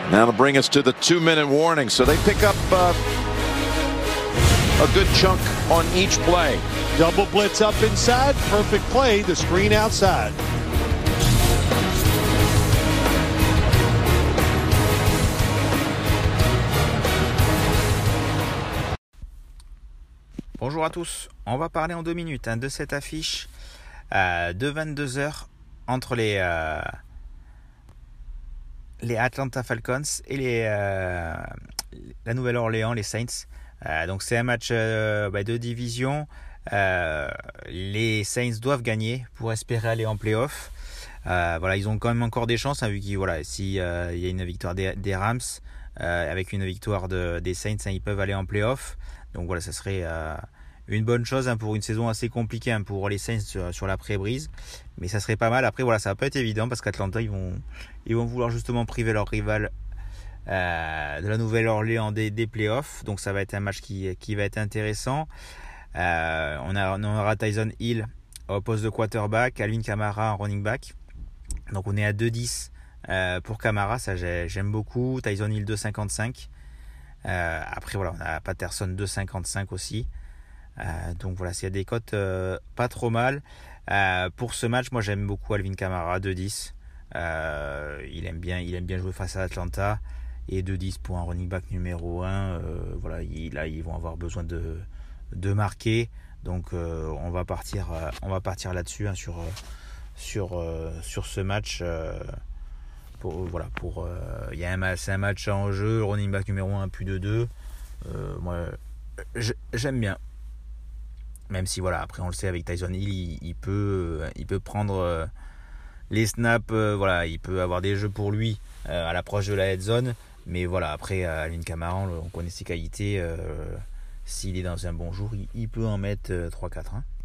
That'll bring us to the 2-minute warning. So they pick up a good chunk on each play. Double blitz up inside. Perfect play. The screen outside. Bonjour à tous, on va parler en 2 minutes de cette affiche de 22h entre les Atlanta Falcons et la Nouvelle-Orléans, les Saints. Donc c'est un match de division. Les Saints doivent gagner pour espérer aller en play-off. Ils ont quand même encore des chances, vu qu'il s'il y a une victoire des Rams avec une victoire des Saints, ils peuvent aller en play-off. Donc voilà, ça serait une bonne chose pour une saison assez compliquée pour les Saints sur l'après-brise. Mais ça serait pas mal. Après, ça va pas être évident parce qu'Atlanta, ils vont vouloir justement priver leur rival de la Nouvelle-Orléans des playoffs. Donc ça va être un match qui va être intéressant. On aura Tyson Hill au poste de quarterback, Alvin Kamara en running back. Donc on est à 2-10 pour Kamara, ça j'aime beaucoup. Tyson Hill 2,55. Après on a Patterson 2,55 aussi. Donc s'il y a des cotes pas trop mal pour ce match, moi j'aime beaucoup Alvin Kamara 2,10. Il aime bien jouer face à Atlanta, et 2,10 pour un running back numéro 1. Ils vont avoir besoin de marquer. Donc on va partir là-dessus sur ce match. C'est un match en jeu, running back numéro 1 plus de 2. Moi j'aime bien, même si après on le sait, avec Tyson Hill il peut prendre les snaps, il peut avoir des jeux pour lui à l'approche de la head zone. Mais après Alvin Kamara, on connaît ses qualités. S'il est dans un bon jour, il peut en mettre 3-4.